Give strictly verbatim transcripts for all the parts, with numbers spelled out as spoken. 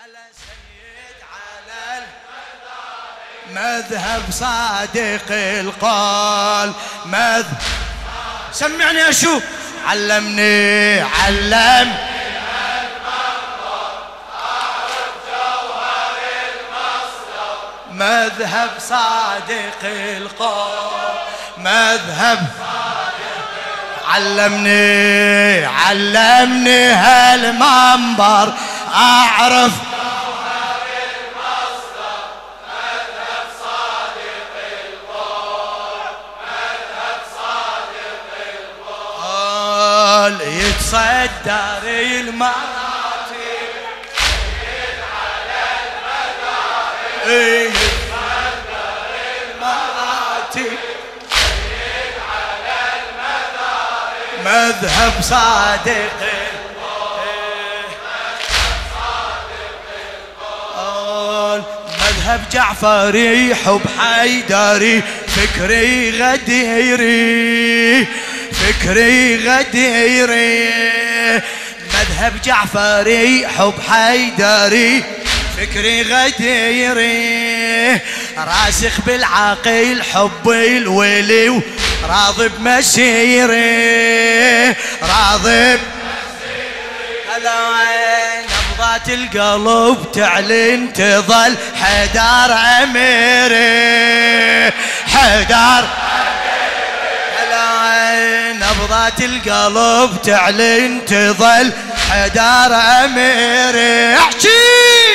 على سيد على مذهب صادق القول مذهب سمعني اشوف علمني علم مذهب صادق القول مذهب علمني علمني هالمنبر أعرف المصدر مذهب صادق القول مذهب صادق القول يتصدر المراتب يد على المذاهب يتصدر المراتب مذهب صادق القول مذهب جعفري حب حيدري فكري غديري فكري غديري مذهب جعفري حب حيدري فكري غديري راسخ بالعقل حب الولي راضي بمسيري راضي بمسيري هلا نبضات القلب تعلن تظل حيدر أميري حيدر هلا نبضات القلب تعلن تظل حيدر أميري احكي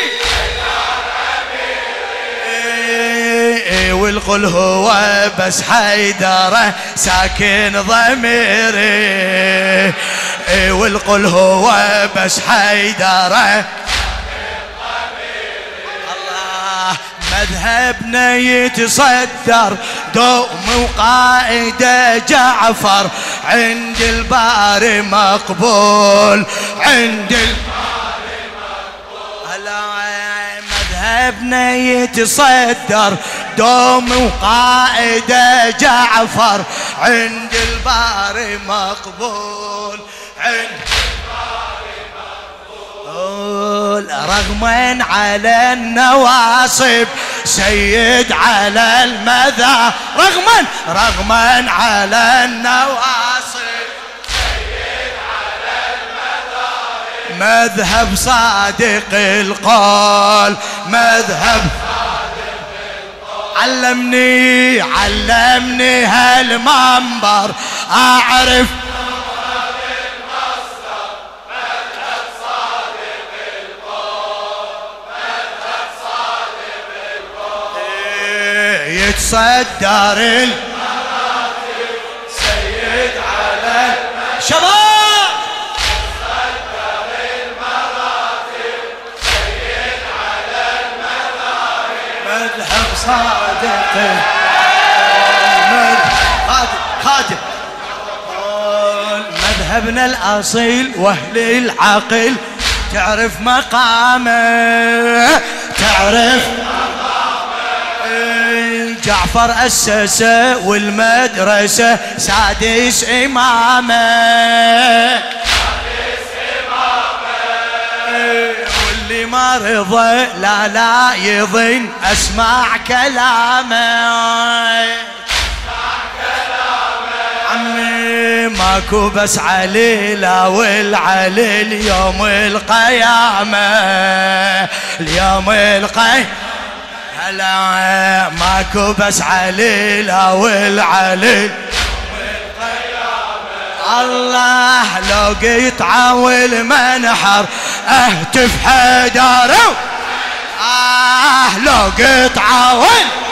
والقل هو بس حيدره ساكن ضميري والقل هو بس حيدره الله مذهبنا يتصدر دوم وقائده جعفر عند الباري مقبول عند الباري مقبول مذهبنا يتصدر دوم وقائده جعفر عند الباري مقبول عند الباري مقبول رغما على النواصب سيد على المذا رغما رغما على النواصب سيد على المذاهب مذهب صادق القول مذهب علمني علمني هالمنبر أعرف المصدر مذهب صادق القول مذهب صادق القول يتصدر المراتب سيد على شباب يتصدر المراتب سيد على المذاهب مذهب صادق خادم مذهبنا الأصيل واهل العقل تعرف مقامه تعرف مقامه جعفر أسسه والمدرسة سادس إمامه سادس إمامه واللي ما رضى لا لا يظن أسمع كلامه عمي ماكو بس عليلة والعلي اليوم القيامة اليوم القيامة هلا ماكو بس عليلة والعلي الله لو قطعة والمنحر اهتف حيدر آه لو قطعة والمنحر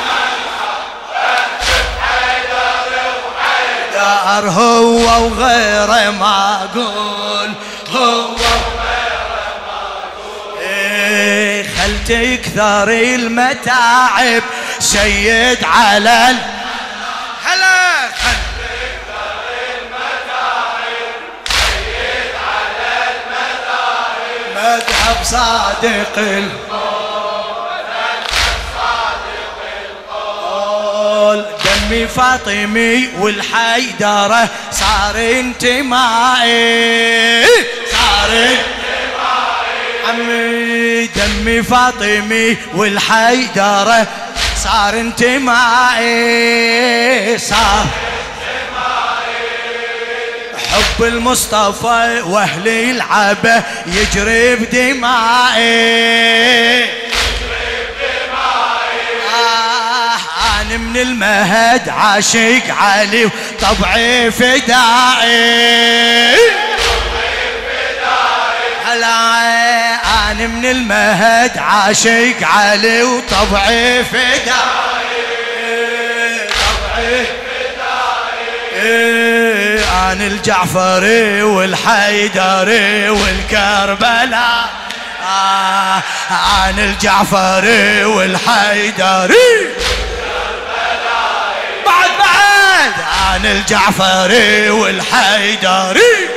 هو وغيره ما اقول هو وغيره ما اقول إيه خل تكثر المتاعب سيد على ال... هلا خل تكثر المتاعب سيد على المذاهب مذهب صادق القول مذهب صادق القول دمي فاطمي والحيدرة صار انتمائي صار انتمائي عمي دمي فاطمي والحيدرة صار انتمائي صار حب المصطفى واهلي العبه يجري بدمائي آه انا من المهد عاشق علي وطبعي فدائي هلا انا من المهد عاشق علي وطبعي فدائي طبعي فدائي انا الجعفري والحيدري والكربلاء آه انا الجعفري والحيدري بعد بعد انا الجعفري والحيدري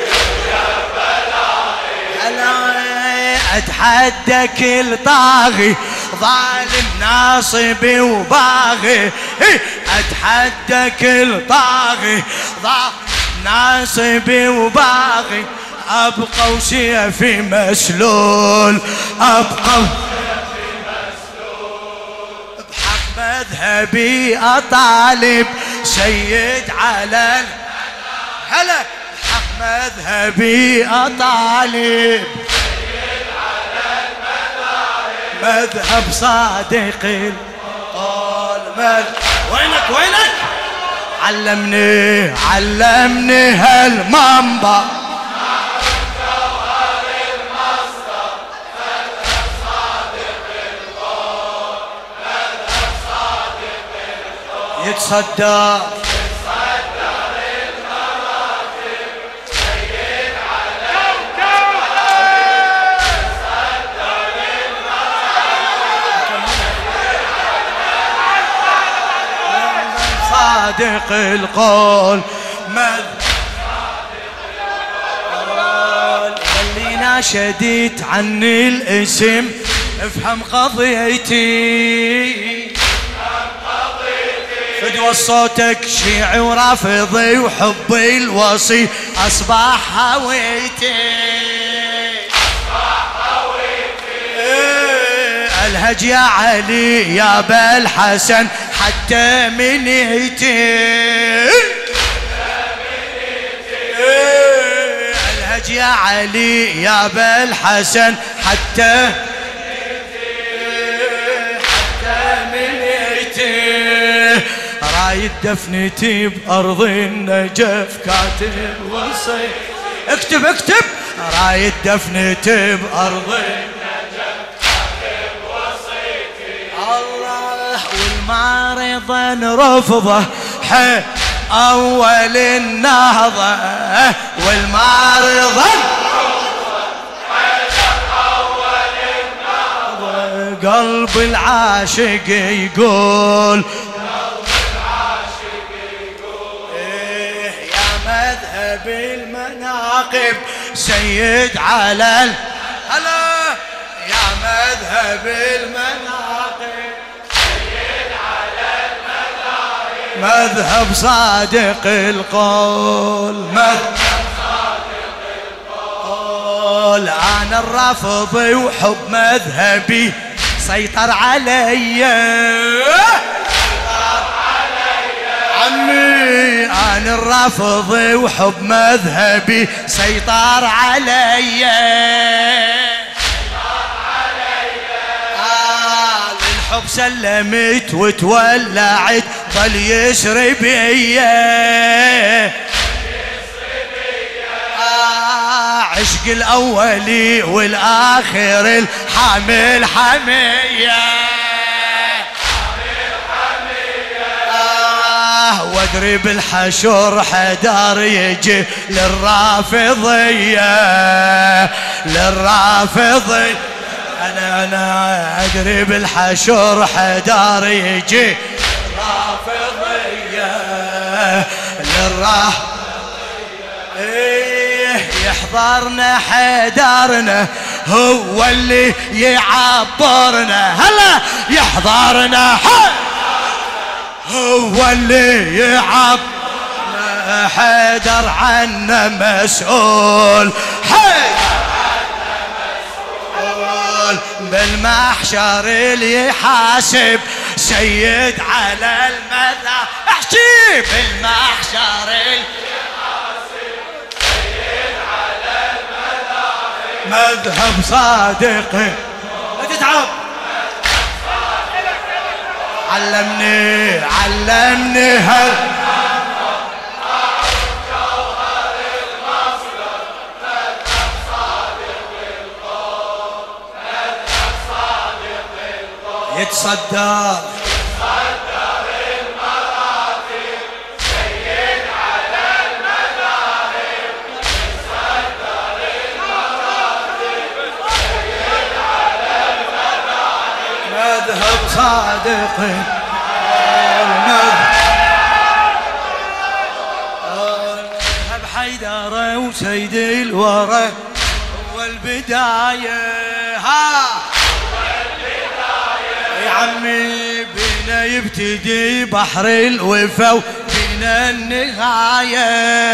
اتحدى كل طاغي ظالم ناصبي وباغي اتحدى كل طاغي ظالم ناصبي وباغي ابقى وسيفي مسلول ابقى وسيفي مسلول بحق مذهبي اطالب سيد على هلا بحق مذهبي اطالب مذهب صادق القول مذهب وينك وينك علمني علمني هالمنبر يتصدر صادق القول مذ اللي ناشدت عني الاسم افهم قضيتي فدوى صوتك شيعي ورافضي وحبي الوصي اصبح هويتي الهج يا علي يا بالحسن حتى منيتي الهج يا علي يا بالحسن حتى حتى منيتي رايد دفنتي بأرض النجف كاتب وصي اكتب اكتب رايد دفنتي بأرض النجف كاتب وصيتي الله والمعرضة رفضه حي أول النهضة والمعرضة قلب العاشق يقول قلب العاشق يقول إيه يا مذهب المناقب سيد على ال... هلا يا مذهب المناقب سيد على المذاهب مذهب صادق القول مذهب صادق القول انا الرافضي وحب مذهبي سيطر علي سيطر علي عمي انا الرافضي وحب مذهبي سيطر علي سيطر علي آه للحب سلمت وتولعت ظل يسري بيا عشق الأولي والآخر الحامل حمية آه وادري بالحشر حدار يجي للرافضية للرافضية أنا أنا أدري بالحشر حدار يجي للرافضية للرافضية يحضرنا حيدرنا هو اللي يعبرنا هلا يحضرنا هو اللي يعبرنا حيدر عنا مسؤول حيدر عنا مسؤول الرسول بالمحشر اللي يحاسب سيد على المذهب. احكي بالمحشر اللي يحاسب سيد على المذاهب مذهب صادق. لا تتعب. علمني علمني هل يتصدر يتصدر المراتب سيد على المذاهب يتصدر المراتب سيد على المذاهب مذهب صادق. مذهب حيدر وسيد الورى هو البداية. ها يا عمي بينا يبتدي بحر الوفا وبينا النهاية.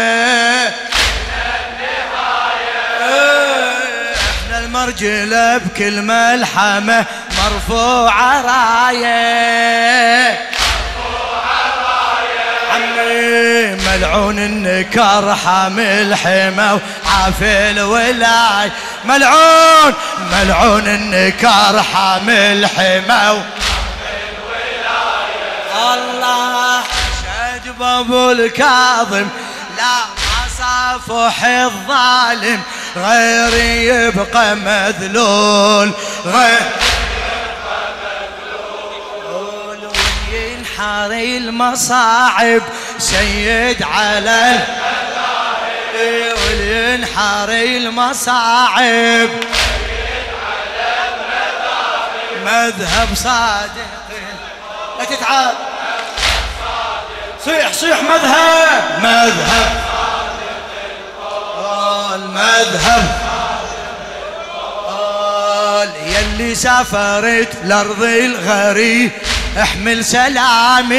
احنا المرجلة بكل ملحمة مرفوعة راية. عمي ملعون النكر حامل حمى وعافي الولاي. ملعون ملعون النكر حامل حمى وعافي الولاي. الله شد بابو الكاظم لا صافح الظالم غيري يبقى مذلول غير حاري المصاعب سيد على المذاهب والينحاري المصاعب سيد على المذاهب مذهب صادق. لا تتعب. صيح صيح مذهب مذهب المذهب يلي سافرت لأرض الغريب احمل سلامي.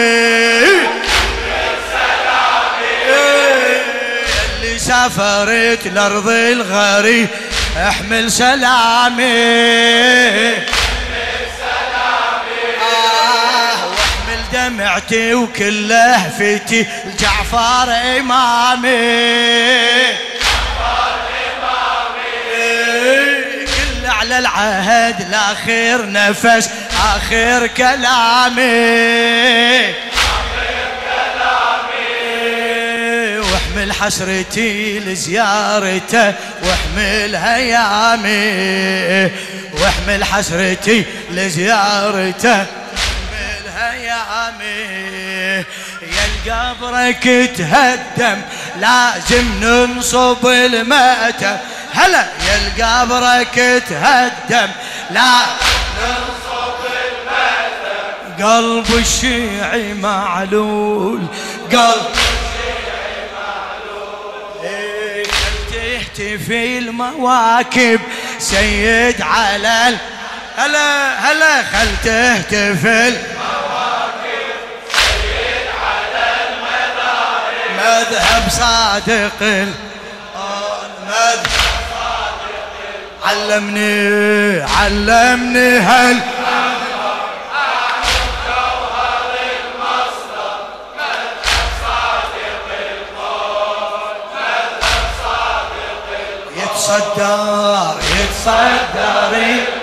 يلي سافرت لأرض الغريب احمل سلامي. آه واحمل دمعتي وكل لهفتي لجعفر إمامي. على العهد لاخر نفس اخر كلامي. اخر كلامي واحمل حسرتي لزيارته واحمل هيامي. واحمل حسرتي لزيارته واحمل هيامي. يا القبرك تهدم لازم ننصب المأتم. هلا يا القبرك تهدم لا ننصب المأتم. قلب الشيعي معلول قلب الشيعي معلول. إيه تهتفي المواكب سيد على ال... هلا هلا خل تهتفي المواكب سيد على المذاهب مذهب صادق المذهب. علمني علمني هل أعرف جوهر المصدر مذهب صادق القول مذهب صادق القول. يتصدر يتصدر